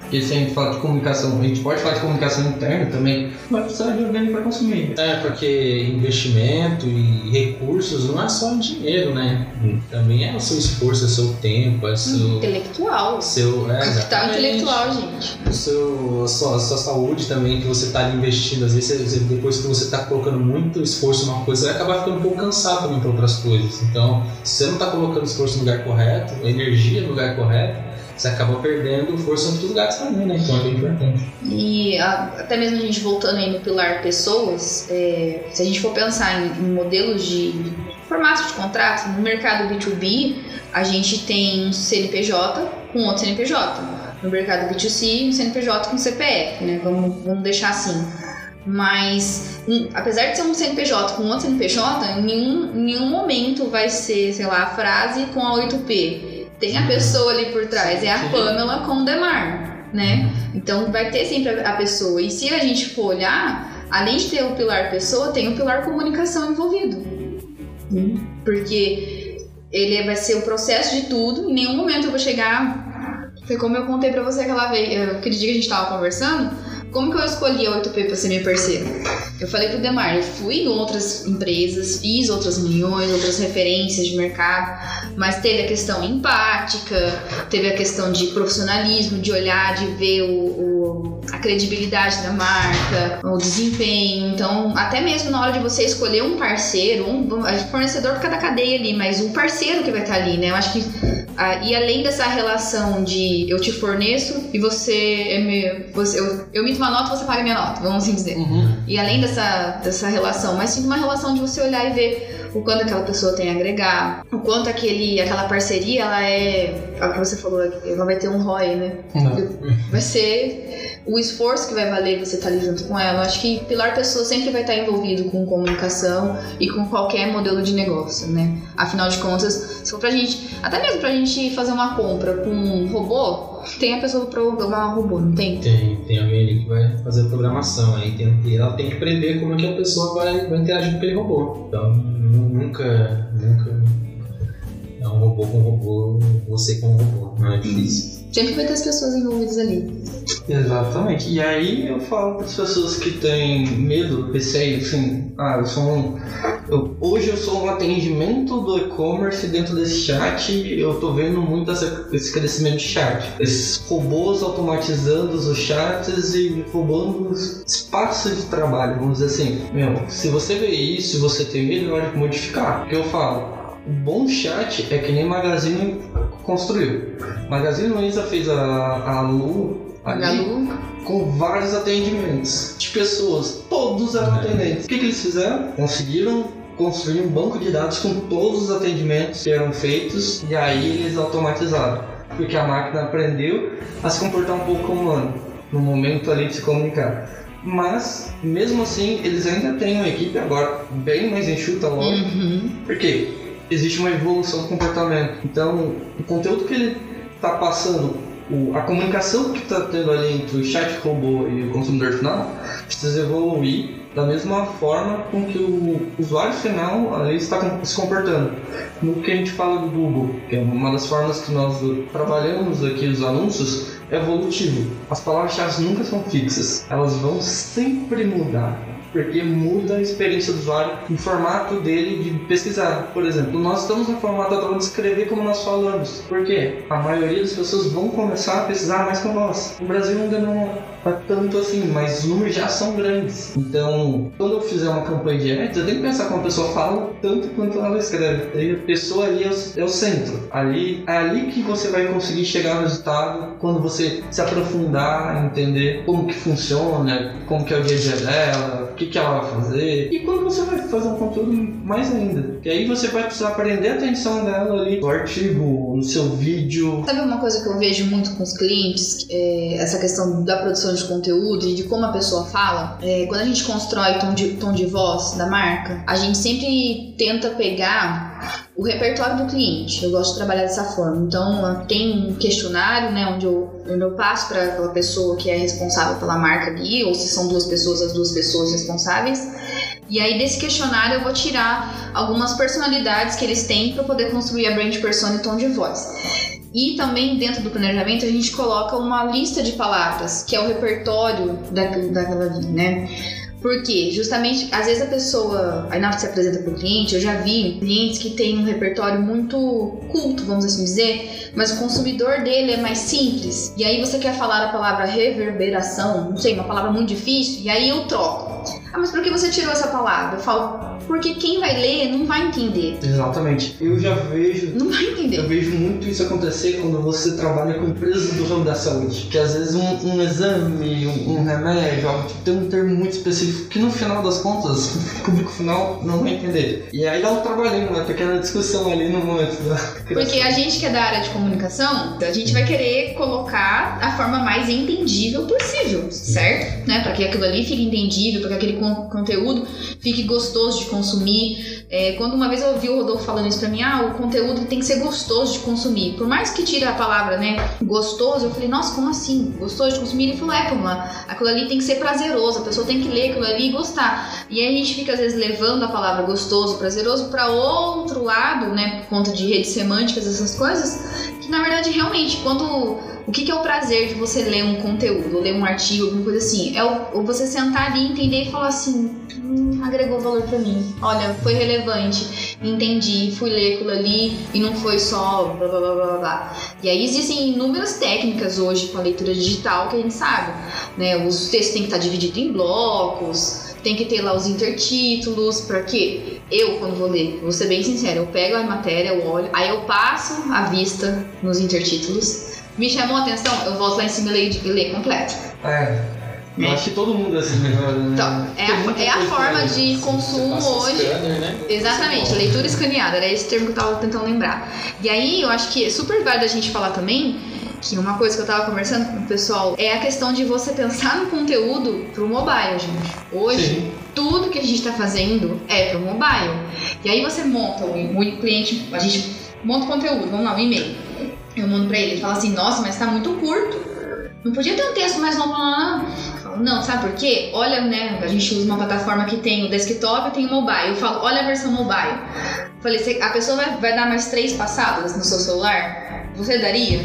Porque se a gente fala de comunicação, a gente pode falar de comunicação interna também, vai precisar de alguém para consumir. É, porque investimento e recursos não é só dinheiro, né? Também é o seu esforço, é o seu tempo, é o seu... Intelectual. Seu, é, Capital intelectual, gente. O seu, a, sua, a sua saúde também, que você está investindo. Às vezes, você, depois que você está colocando muito esforço numa coisa, você vai acabar ficando um pouco cansado também para outras coisas. Então, se você não está colocando esforço no lugar correto, energia no lugar correto, você acaba perdendo força em outros lugares também, né? Então é bem importante. E a, até mesmo a gente voltando aí no pilar pessoas, é, se a gente for pensar em, em modelos de formatos de contrato, no mercado B dois B, a gente tem um C N P J com outro C N P J. No mercado B dois C, um C N P J com C P F, né? Vamos, vamos deixar assim. Mas, um, apesar de ser um C N P J com outro C N P J, em nenhum, em nenhum momento vai ser, sei lá, a frase com a oito P. Tem a pessoa ali por trás, é a Pamela com o Demar, né? Então vai ter sempre a pessoa. E se a gente for olhar, além de ter o pilar pessoa, tem o pilar comunicação envolvido. Porque ele vai ser o processo de tudo. Em nenhum momento eu vou chegar... Foi como eu contei pra você aquela vez, aquele dia que a gente tava conversando. Como que eu escolhi a oito P para ser minha parceira? Eu falei pro Demar, eu fui em outras empresas, fiz outras reuniões, outras referências de mercado, mas teve a questão empática, teve a questão de profissionalismo, de olhar, de ver o, o, a credibilidade da marca, o desempenho. Então, até mesmo na hora de você escolher um parceiro, um fornecedor por cada cadeia ali, mas um parceiro que vai estar ali, né? Eu acho que, ah, e além dessa relação de eu te forneço e você é meu, você, eu, eu me uma nota, você paga minha nota, vamos assim dizer. Uhum. E além dessa, dessa relação, mas sim uma relação de você olhar e ver o quanto aquela pessoa tem a agregar, o quanto aquele, aquela parceria, ela é, é o que você falou, ela vai ter um R O I, né? Uhum. Vai ser o esforço que vai valer você estar ali junto com ela. Eu acho que pilar pessoa sempre vai estar envolvido com comunicação e com qualquer modelo de negócio, né? Afinal de contas, se for pra gente, até mesmo pra gente fazer uma compra com um robô, tem a pessoa para programar o robô, não tem? Tem, tem alguém ali que vai fazer a programação, aí tem, e ela tem que aprender como é que a pessoa vai, vai interagir com aquele robô. Então, nunca, nunca é um robô com robô, você com robô, não é difícil. Sempre vai ter as pessoas envolvidas ali. Exatamente. E aí eu falo para as pessoas que têm medo, receio, assim, ah, eu sou um... Eu, hoje eu sou um atendimento do e-commerce dentro desse chat, eu tô vendo muito essa, esse crescimento de chat. Esses robôs automatizando os chats e roubando os espaços de trabalho, vamos dizer assim. Meu, se você vê isso, você tem medo, hora de modificar. Porque eu falo, o bom chat é que nem Magazine construiu. Magazine Luiza fez a, a Lu ali com vários atendimentos de pessoas, todos eram atendentes. O que, que eles fizeram? Conseguiram construir um banco de dados com todos os atendimentos que eram feitos e aí eles automatizaram, porque a máquina aprendeu a se comportar um pouco como humano no momento ali de se comunicar. Mas, mesmo assim, eles ainda têm uma equipe agora bem mais enxuta, lógico, uhum. Porque existe uma evolução do comportamento. Então, o conteúdo que ele está passando, o, a comunicação que está tendo ali entre o chat robô e o consumidor final, precisa evoluir da mesma forma com que o usuário final ali está se comportando. No que a gente fala do Google, que é uma das formas que nós trabalhamos aqui os anúncios, é evolutivo. As palavras-chave nunca são fixas, elas vão sempre mudar, porque muda a experiência do usuário, o formato dele de pesquisar. Por exemplo, nós estamos no formato atual de escrever como nós falamos. Por quê? A maioria das pessoas vão começar a pesquisar mais com nós. O Brasil ainda não está tanto assim, mas os números já são grandes. Então, quando eu fizer uma campanha de ads, eu tenho que pensar como a pessoa fala tanto quanto ela escreve. E a pessoa ali é o, é o centro. Ali, é ali que você vai conseguir chegar ao resultado, quando você se aprofundar, entender como que funciona, como que é o dia a dia dela, o que, que ela vai fazer. E quando você vai fazer um conteúdo mais ainda, que aí você vai precisar aprender a atenção dela ali no artigo, no seu vídeo. Sabe uma coisa que eu vejo muito com os clientes? É essa questão da produção de conteúdo e de como a pessoa fala. É, quando a gente constrói tom de, tom de voz da marca, a gente sempre tenta pegar o repertório do cliente. Eu gosto de trabalhar dessa forma. Então, tem um questionário, né, onde eu, onde eu passo para aquela pessoa que é responsável pela marca ali, ou se são duas pessoas, as duas pessoas responsáveis. E aí, desse questionário, eu vou tirar algumas personalidades que eles têm para poder construir a brand persona e tom de voz. E também dentro do planejamento a gente coloca uma lista de palavras, que é o repertório daquilo, daquela linha, né? Porque justamente, às vezes a pessoa, aí na hora que se apresenta para o cliente, eu já vi clientes que têm um repertório muito culto, vamos assim dizer, mas o consumidor dele é mais simples. E aí você quer falar a palavra reverberação, não sei, uma palavra muito difícil, e aí eu troco. Ah, mas por que você tirou essa palavra? Eu falo, porque quem vai ler não vai entender. Exatamente. Eu já vejo... Não vai entender. Eu vejo muito isso acontecer quando você trabalha com empresas do ramo da saúde. Que às vezes um, um exame, um, um remédio, algo tipo, tem um termo muito específico que no final das contas, o público final não vai entender. E aí dá um trabalhinho, uma pequena discussão ali no momento da criação. Porque a gente que é da área de comunicação, a gente vai querer colocar a forma mais entendível possível, certo? Né? Para que aquilo ali fique entendível, para que aquele con- conteúdo fique gostoso de consumir. É, quando uma vez eu ouvi o Rodolfo falando isso pra mim, ah, o conteúdo tem que ser gostoso de consumir. Por mais que tire a palavra, né, gostoso, eu falei, nossa, como assim? Gostoso de consumir? Ele falou, é, como aquilo ali tem que ser prazeroso, a pessoa tem que ler aquilo ali e gostar. E aí a gente fica, às vezes, levando a palavra gostoso, prazeroso pra outro lado, né, por conta de redes semânticas, essas coisas, que na verdade, realmente, quando... O que, que é o prazer de você ler um conteúdo, ou ler um artigo, alguma coisa assim? É o, o você sentar ali, entender e falar assim, hum, agregou valor pra mim. Olha, foi relevante, entendi, fui ler aquilo ali e não foi só blá blá blá blá blá. E aí existem inúmeras técnicas hoje com a leitura digital que a gente sabe, né? Os textos têm que estar divididos em blocos, tem que ter lá os intertítulos, pra quê? Eu, quando vou ler, vou ser bem sincera, eu pego a matéria, eu olho, aí eu passo a vista nos intertítulos. Me chamou a atenção, eu volto lá em cima e leio, e leio completo. É, eu acho que todo mundo é assim agora, né? Então, é a, é a forma de consumo hoje. Scanner, né? Exatamente, leitura escaneada, era esse termo que eu tava tentando lembrar. E aí eu acho que é super válido a gente falar também que uma coisa que eu tava conversando com o pessoal é a questão de você pensar no conteúdo pro mobile, gente. Hoje, sim, tudo que a gente tá fazendo é pro mobile. E aí você monta o, o cliente, a gente monta o conteúdo, vamos lá, um e-mail. Eu mando pra ele, ele fala assim, nossa, mas tá muito curto. Não podia ter um texto mais longo, não. Eu falo, não, sabe por quê? Olha, né, a gente usa uma plataforma que tem o desktop e tem o mobile. Eu falo, olha a versão mobile. Eu falei, a pessoa vai, vai dar mais três passadas no seu celular? Você daria?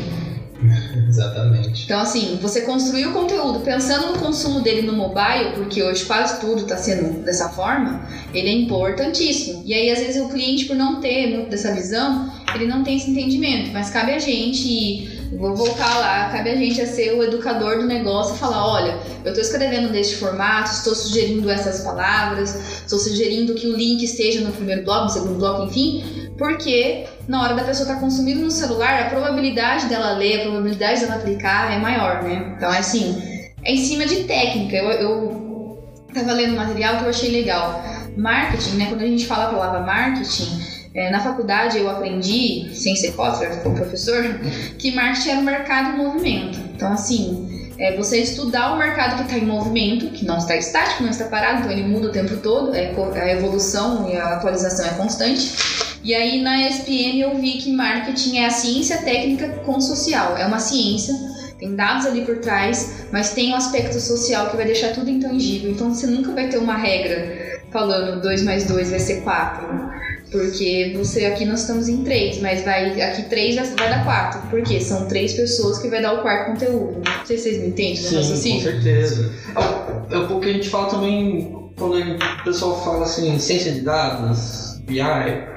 Exatamente. Então, assim, você construir o conteúdo pensando no consumo dele no mobile, porque hoje quase tudo está sendo dessa forma, ele é importantíssimo. E aí, às vezes, o cliente, por não ter muito dessa visão, ele não tem esse entendimento. Mas cabe a gente, vou voltar lá, cabe a gente a ser o educador do negócio e falar, olha, eu estou escrevendo deste formato, estou sugerindo essas palavras, estou sugerindo que o link esteja no primeiro bloco, no segundo bloco, enfim, porque na hora da pessoa estar tá consumindo no celular, a probabilidade dela ler, a probabilidade dela clicar é maior, né? Então, é assim, é em cima de técnica. Eu, eu tava lendo um material que eu achei legal. Marketing, né? Quando a gente fala a palavra marketing, é, na faculdade eu aprendi, sem ser contra, como professor, que marketing era um mercado em movimento. Então, assim, é você estudar o mercado que está em movimento, que não está estático, não está parado, então ele muda o tempo todo, é, a evolução e a atualização é constante. E aí na E S P M eu vi que marketing é a ciência técnica com social, é uma ciência, tem dados ali por trás, mas tem um aspecto social que vai deixar tudo intangível, então você nunca vai ter uma regra falando dois mais dois vai ser quatro, porque você, aqui nós estamos em três, mas vai, aqui três vai dar quatro, porque são três pessoas que vai dar o quarto conteúdo. Não sei se vocês me entendem, sim, né? Sim, com certeza. É um pouco que a gente fala também, quando o pessoal fala assim, ciência de dados, B I,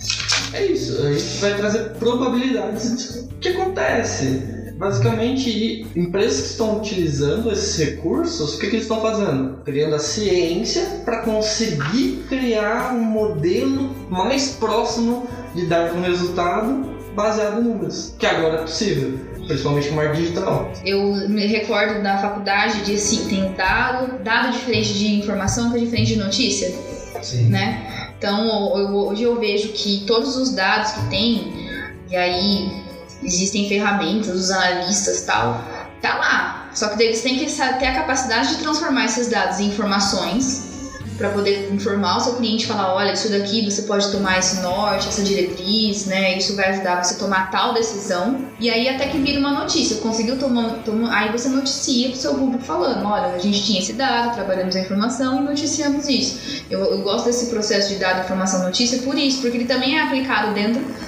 é isso, a gente vai trazer probabilidades do que acontece. Basicamente, empresas que estão utilizando esses recursos, o que, que eles estão fazendo? Criando a ciência para conseguir criar um modelo mais próximo de dar um resultado baseado em números, que agora é possível, principalmente com marketing digital. Eu me recordo da faculdade de assim, tem dado, dado diferente de informação que é diferente de notícia. Sim. Né? Então, eu, hoje eu vejo que todos os dados que tem, e aí existem ferramentas, os analistas e tal, tá lá. Só que eles têm que ter a capacidade de transformar esses dados em informações para poder informar o seu cliente e falar, olha, isso daqui você pode tomar esse norte, essa diretriz, né? Isso vai ajudar você a tomar tal decisão. E aí até que vira uma notícia. Conseguiu tomar, tomar aí você noticia pro seu público falando, olha, a gente tinha esse dado, trabalhamos a informação e noticiamos isso. Eu, eu gosto desse processo de dado, informação, notícia por isso, porque ele também é aplicado dentro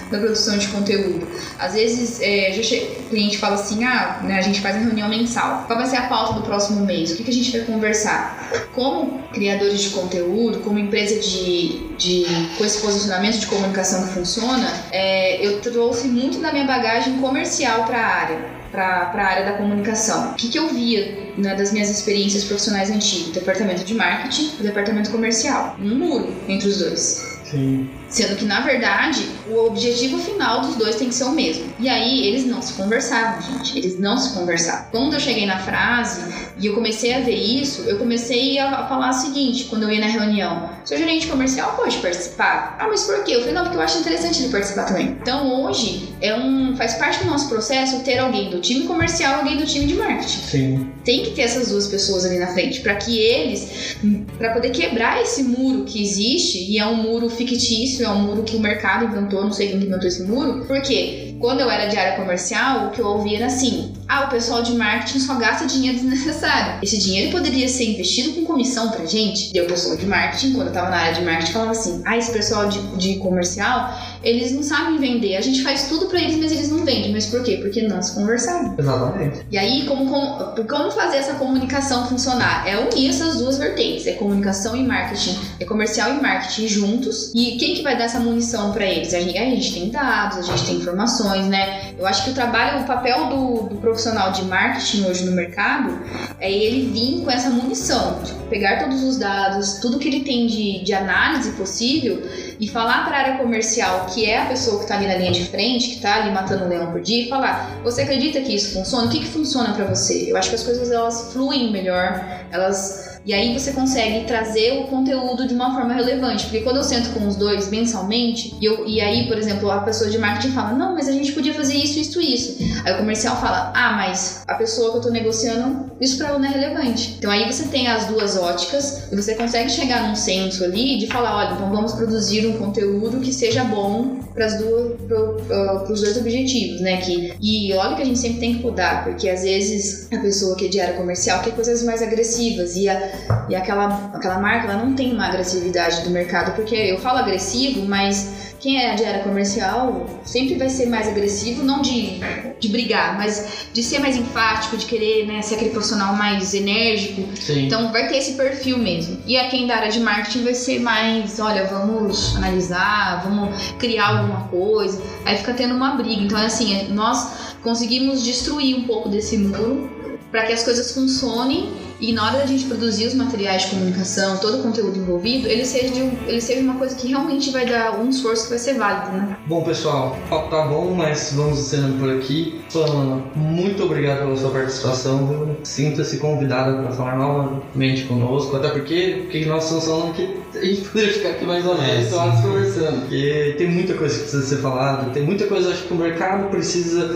da produção de conteúdo. Às vezes, é, já che... o cliente fala assim, ah, né, a gente faz uma reunião mensal. Qual vai ser a pauta do próximo mês? O que, que a gente vai conversar? Como criadores de conteúdo, como empresa de, de, com esse posicionamento de comunicação que funciona, é, eu trouxe muito da minha bagagem comercial para a área. para a área da comunicação. O que, que eu via, né, das minhas experiências profissionais antigas? Departamento de marketing e departamento comercial. Um muro entre os dois. Sim. Sendo que, na verdade, o objetivo final dos dois tem que ser o mesmo. E aí, eles não se conversavam, gente. Eles não se conversavam. Quando eu cheguei na frase e eu comecei a ver isso, eu comecei a falar o seguinte, quando eu ia na reunião. Seu gerente comercial pode participar? Ah, mas por quê? Eu falei, não, porque eu acho interessante ele participar também. Então, hoje, é um, faz parte do nosso processo ter alguém do time comercial e alguém do time de marketing. Sim. Tem que ter essas duas pessoas ali na frente, para que eles, para poder quebrar esse muro que existe, e é um muro fictício, é um muro que o mercado inventou, não sei quem inventou esse muro, porque quando eu era de área comercial, o que eu ouvia era assim, ah, o pessoal de marketing só gasta dinheiro desnecessário. Esse dinheiro poderia ser investido com comissão pra gente. E o pessoal de marketing, quando eu tava na área de marketing, falava assim, ah, esse pessoal de, de comercial, eles não sabem vender, a gente faz tudo pra eles, mas eles não vendem. Mas por quê? Porque não se conversaram. Exatamente. E aí, como, como, como fazer essa comunicação funcionar? É unir essas duas vertentes, é comunicação e marketing, é comercial e marketing juntos. E quem que vai dar essa munição pra eles? A gente, a gente tem dados, a gente tem informações, né? Eu acho que o trabalho, o papel do, do profissional de marketing hoje no mercado é ele vir com essa munição, tipo, pegar todos os dados, tudo que ele tem de, de análise possível e falar para a área comercial, que é a pessoa que está ali na linha de frente, que está ali matando o leão por dia, e falar, você acredita que isso funciona? O que, que funciona para você? Eu acho que as coisas elas fluem melhor, elas... E aí você consegue trazer o conteúdo de uma forma relevante, porque quando eu sento com os dois mensalmente, e, eu, e aí, por exemplo, a pessoa de marketing fala, não, mas a gente podia fazer isso, isso, isso. Aí o comercial fala, ah, mas a pessoa que eu tô negociando, isso pra ela não é relevante. Então aí você tem as duas óticas, e você consegue chegar num senso ali de falar, olha, então vamos produzir um conteúdo que seja bom pras duas, pro, uh, pros dois objetivos, né? Que, e olha que a gente sempre tem que mudar, porque às vezes a pessoa que é de área comercial quer coisas mais agressivas, e a E aquela, aquela marca, ela não tem uma agressividade do mercado, porque eu falo agressivo, mas quem é de área comercial sempre vai ser mais agressivo, não de, de brigar, mas de ser mais enfático, de querer, né, ser aquele profissional mais enérgico. Sim. Então vai ter esse perfil mesmo. E a quem da área de marketing vai ser mais, olha, vamos analisar, vamos criar alguma coisa. Aí fica tendo uma briga. Então, assim, nós conseguimos destruir um pouco desse muro para que as coisas funcionem e na hora da gente produzir os materiais de comunicação, todo o conteúdo envolvido, ele seja, de, ele seja uma coisa que realmente vai dar um esforço que vai ser válido, né? Bom, pessoal, o papo tá bom, mas vamos encerrando por aqui. Solana, muito obrigado pela sua participação. Sinta-se convidada para falar novamente conosco, até porque, porque nós estamos falando que a gente poderia ficar aqui mais ou menos horas conversando, porque tem muita coisa que precisa ser falada, tem muita coisa acho que o mercado precisa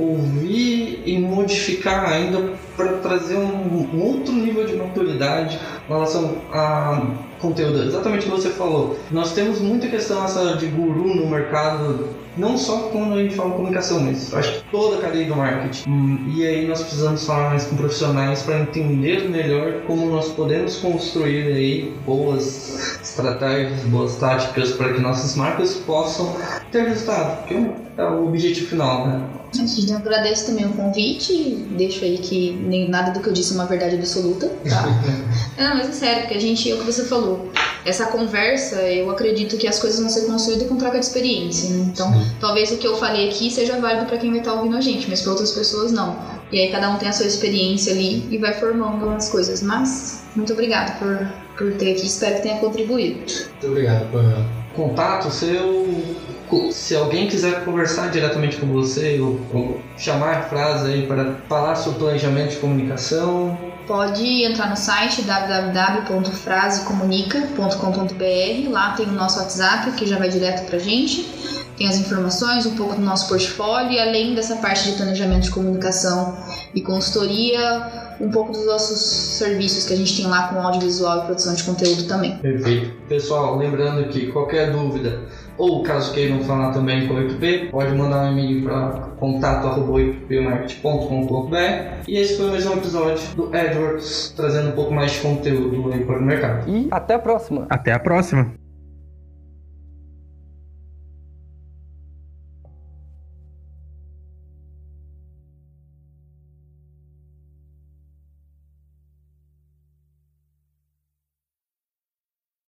ouvir e modificar ainda para trazer um, um outro nível de maturidade em relação a conteúdo. Exatamente o que você falou. Nós temos muita questão essa de guru no mercado, não só quando a gente fala de comunicação, mas acho que toda a cadeia do marketing. Hum, e aí nós precisamos falar mais com profissionais para entender melhor como nós podemos construir aí boas estratégias, boas táticas para que nossas marcas possam ter resultado, que é o objetivo final, né? Eu agradeço também o convite, deixo aí que nem nada do que eu disse é uma verdade absoluta, tá? Não, mas é sério, porque a gente, é o que você falou, essa conversa, eu acredito que as coisas vão ser construídas com troca de experiência, né? Então, sim, talvez o que eu falei aqui seja válido para quem vai estar ouvindo a gente, mas para outras pessoas não. E aí cada um tem a sua experiência ali e vai formando as coisas. Mas, muito obrigada por, por ter aqui, espero que tenha contribuído. Muito obrigado, Pamela. Contato seu... Se alguém quiser conversar diretamente com você ou, ou chamar a frase aí para falar sobre planejamento de comunicação, pode entrar no site w w w ponto frase comunica ponto com ponto b r. Lá tem o nosso WhatsApp que já vai direto pra gente. Tem as informações, um pouco do nosso portfólio e além dessa parte de planejamento de comunicação e consultoria, um pouco dos nossos serviços que a gente tem lá com audiovisual e produção de conteúdo também. Perfeito. Pessoal, lembrando que qualquer dúvida ou caso queiram falar também com o oito P, pode mandar um e-mail para contato arroba oito p marketing ponto com ponto b r. E esse foi mais um episódio do AdWords, trazendo um pouco mais de conteúdo aí para o mercado. E até a próxima! Até a próxima!